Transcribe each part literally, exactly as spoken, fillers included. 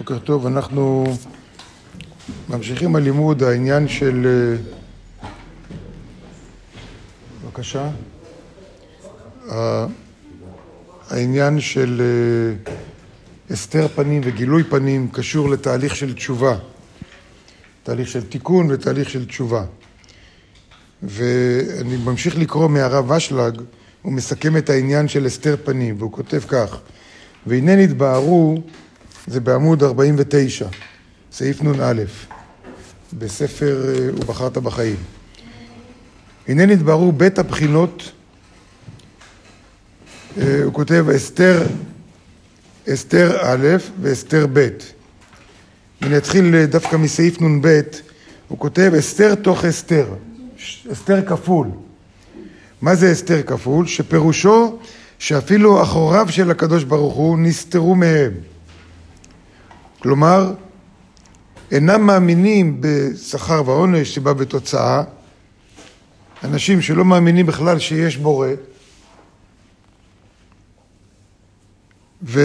בוקר טוב, אנחנו ממשיכים הלימוד, העניין של... בבקשה. העניין של הסתר פנים וגילוי פנים קשור לתהליך של תשובה. תהליך של תיקון ותהליך של תשובה. ואני ממשיך לקרוא מהרב אשלג, הוא מסכם את העניין של הסתר פנים, והוא כותב כך: והנה נתבהרו, זה בעמוד ארבעים ותשע, סעיף נון א', בספר ובחרת בחיים. הנה נתבהרו בית הבחינות, הוא כותב הסתר, הסתר א' והסתר ב'. אני אתחיל דווקא מסעיף נון ב', הוא כותב הסתר תוך הסתר, הסתר כפול. מה זה הסתר כפול? שפירושו שאפילו אחוריו של הקדוש ברוך הוא נסתרו מהם. כלומר, אינם מאמינים בשכר ועונש שבא בתוצאה. אנשים שלא מאמינים בכלל שיש בורא, ו...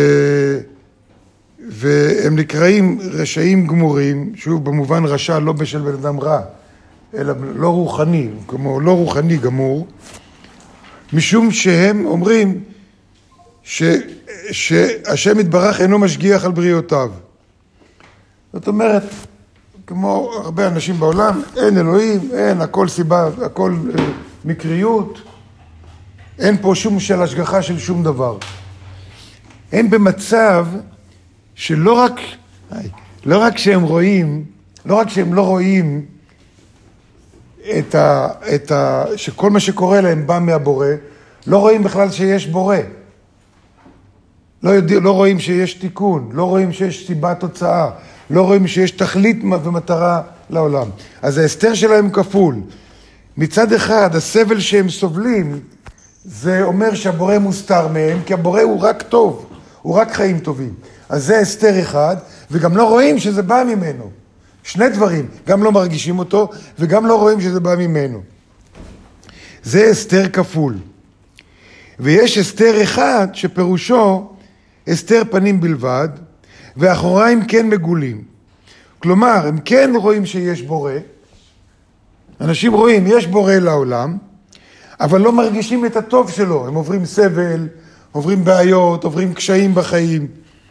והם נקראים רשעים גמורים, שוב במובן רשע לא בשל בן אדם רע, אלא לא רוחני, כמו לא רוחני גמור, משום שהם אומרים ש... שהשם יתברך אינו משגיח על בריאותיו. זאת אומרת, כמו הרבה אנשים בעולם, אין אלוהים, אין, הכל סיבה, הכל אה, מקריות, אין פה שום של השגחה של שום דבר. הם במצב שלא רק, לא רק שהם רואים, לא רק שהם לא רואים את ה, את ה, שכל מה שקורה להם בא מהבורא, לא רואים בכלל שיש בורא. לא, יודע, לא רואים שיש תיקון, לא רואים שיש סיבה תוצאה, לא רואים שיש תכלית ומטרה לעולם. אז ההסתר שלהם כפול. מצד אחד, הסבל שהם סובלים, זה אומר שהבורא מוסתר מהם, כי הבורא הוא רק טוב, הוא רק חיים טובים. אז זה הסתר אחד, וגם לא רואים שזה בא ממנו. שני דברים, גם לא מרגישים אותו, וגם לא רואים שזה בא ממנו. זה הסתר כפול. ויש הסתר אחד שפירושו הסתר פנים בלבד, ואחוריים כן מגולים. כלומר, הם כן רואים שיש בורא, אנשים רואים, יש בורא לעולם, אבל לא מרגישים את הטוב שלו. הם עוברים סבל, עוברים בעיות, עוברים קשיים בחיים.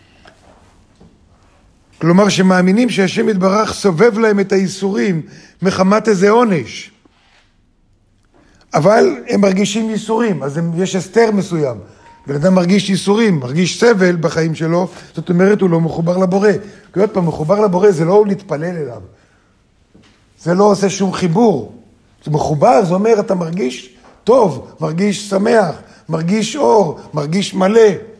כלומר, שמאמינים שהשם יתברך סובב להם את האיסורים מחמת איזה עונש. אבל הם מרגישים איסורים, אז הם, יש הסתר מסוים. בן אדם מרגיש איסורים, מרגיש סבל בחיים שלו, זאת אומרת הוא לא מחובר לבורא. כי עוד פעם, מחובר לבורא זה לא להתפלל אליו. זה לא עושה שום חיבור. זה מחובר, זה אומר אתה מרגיש טוב, מרגיש שמח, מרגיש אור, מרגיש מלא.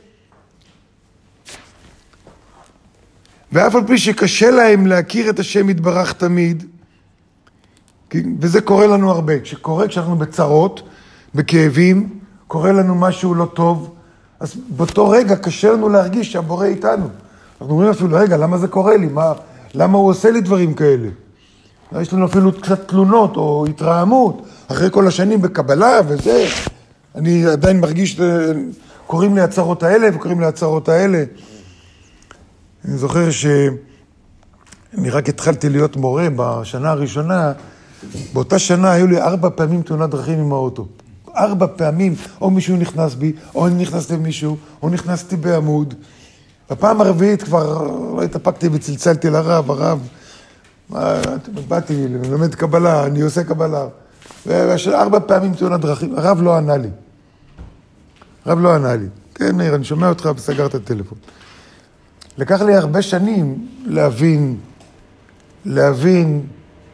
ואף על פי שקשה להם להכיר את השם יתברך תמיד, וזה קורה לנו הרבה. כשקורה, כשאנחנו בצרות, בכאבים, קורה לנו משהו לא טוב, אז באותו רגע קשה לנו להרגיש שהבורא איתנו. אנחנו אומרים אפילו, רגע, למה זה קורה לי? מה, למה הוא עושה לי דברים כאלה? יש לנו אפילו קצת תלונות או התרעמות, אחרי כל השנים בקבלה וזה. אני עדיין מרגיש, קוראים לי הצרות האלה וקוראים לי הצרות האלה. אני זוכר שאני רק התחלתי להיות מורה בשנה הראשונה, באותה שנה היו לי ארבע פעמים תאונת דרכים עם האוטו. ארבע פעמים, או מישהו נכנס בי, או אני נכנסתי למישהו, או נכנסתי בעמוד. בפעם הרביעית כבר לא התאפקתי וצלצלתי לרב, הרב, באתי, ללמד קבלה, אני עושה קבלה. וארבע פעמים תאונת דרכים, הרב לא ענה לי. הרב לא ענה לי. כן, מאיר, אני שומע אותך וסגר את הטלפון. לקח לי הרבה שנים להבין, להבין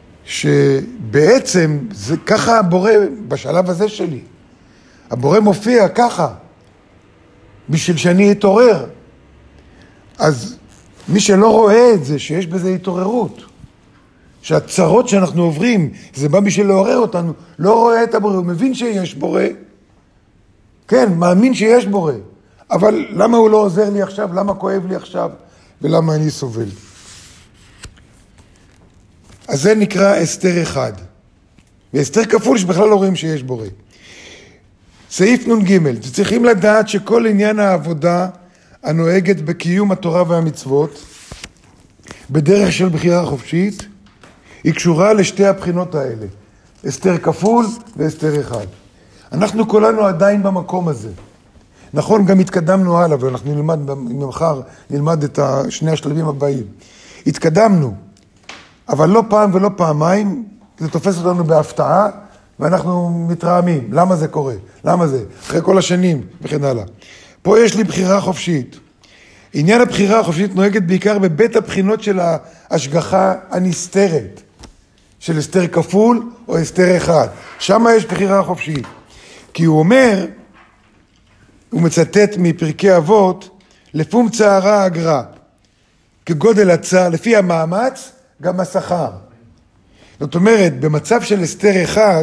שבעצם זה ככה הבורא בשלב הזה שלי. הבורא מופיע ככה, בשביל שאני אתעורר. אז מי שלא רואה את זה, שיש בזה התעוררות, שהצרות שאנחנו עוברים, זה בא בשביל לעורר אותנו, לא רואה את הבורא, הוא מבין שיש בורא, כן, מאמין שיש בורא, אבל למה הוא לא עוזר לי עכשיו, למה כואב לי עכשיו, ולמה אני סובל. אז זה נקרא הסתר אחד. והסתר כפול שבכלל לא רואים שיש בורא. סעיף נון ג' צריכים לדעת שכל עניין העבודה הנוהגת בקיום התורה והמצוות, בדרך של בחירה חופשית, היא קשורה לשתי הבחינות האלה, אסתר כפול ואסתר אחד. אנחנו כולנו עדיין במקום הזה. נכון, גם התקדמנו הלאה, ואנחנו נלמד, מחר נלמד את שני השלבים הבאים. התקדמנו, אבל לא פעם ולא פעמיים, זה תופס אותנו בהפתעה, ואנחנו מתרעמים. למה זה קורה? למה זה? אחרי כל השנים וכן הלאה. פה יש לי בחירה חופשית. עניין הבחירה החופשית נוהגת בעיקר בבית הבחינות של ההשגחה הנסתרת, של אסתר כפול או אסתר אחד. שם יש בחירה חופשית. כי הוא אומר, הוא מצטט מפרקי אבות, לפום צערה אגרה, כגודל הצער, לפי המאמץ, גם השכר. זאת אומרת, במצב של אסתר אחד,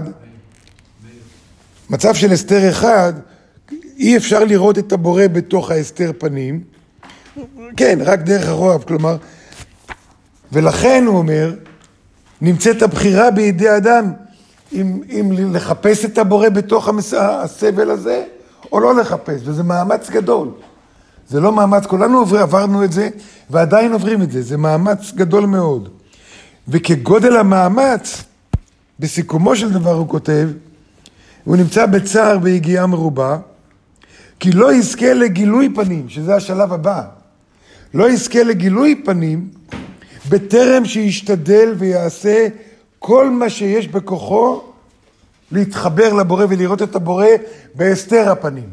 מצב של אסתר אחד, אי אפשר לראות את הבורא בתוך האסתר פנים, כן, רק דרך הרוב, כלומר, ולכן הוא אומר, נמצאת הבחירה בידי אדם, אם, אם לחפש את הבורא בתוך המס... הסבל הזה, או לא לחפש, וזה מאמץ גדול. זה לא מאמץ, כולנו עבר, עברנו את זה, ועדיין עוברים את זה, זה מאמץ גדול מאוד. וכגודל המאמץ, בסיכומו של דבר הוא כותב, הוא נמצא בצער והגיעה מרובה, כי לא יזכה לגילוי פנים, שזה השלב הבא. לא יזכה לגילוי פנים, בטרם שישתדל ויעשה כל מה שיש בכוחו, להתחבר לבורא ולראות את הבורא בהסתר הפנים.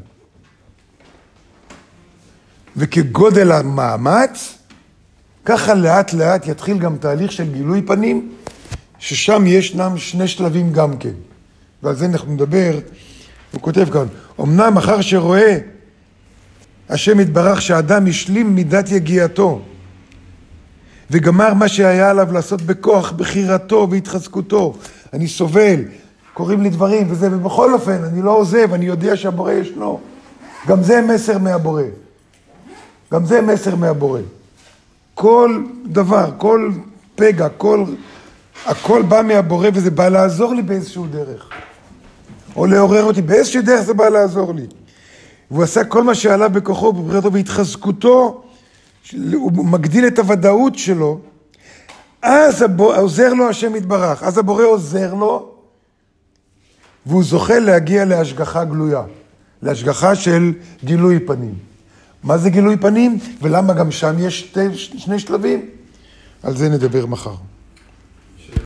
וכגודל המאמץ, ככה לאט לאט יתחיל גם תהליך של גילוי פנים, ששם ישנם שני שלבים גם כן. ועל זה אנחנו נדבר, הוא כותב כאן, אמנם אחר שרואה השם יתברך שהאדם השלים מידת יגיעתו, וגמר מה שהיה עליו לעשות בכוח, בחירתו והתחזקותו. אני סובל, קוראים לי דברים וזה, ובכל אופן אני לא עוזב, אני יודע שהבורא ישנו. גם זה מסר מהבורא. גם זה מסר מהבורא. כל דבר, כל פגע, כל, הכל בא מהבורא, וזה בא לעזור לי באיזשהו דרך. או לעורר אותי, באיזשהו דרך זה בא לעזור לי. והוא עשה כל מה שעליו בכוחו, בבחירתו והתחזקותו, הוא מגדיל את הוודאות שלו, אז הבור, עוזר לו השם יתברך, אז הבורא עוזר לו, והוא זוכה להגיע להשגחה גלויה, להשגחה של גילוי פנים. מה זה גילוי פנים? ולמה גם שם יש שתי, שני שלבים? על זה נדבר מחר.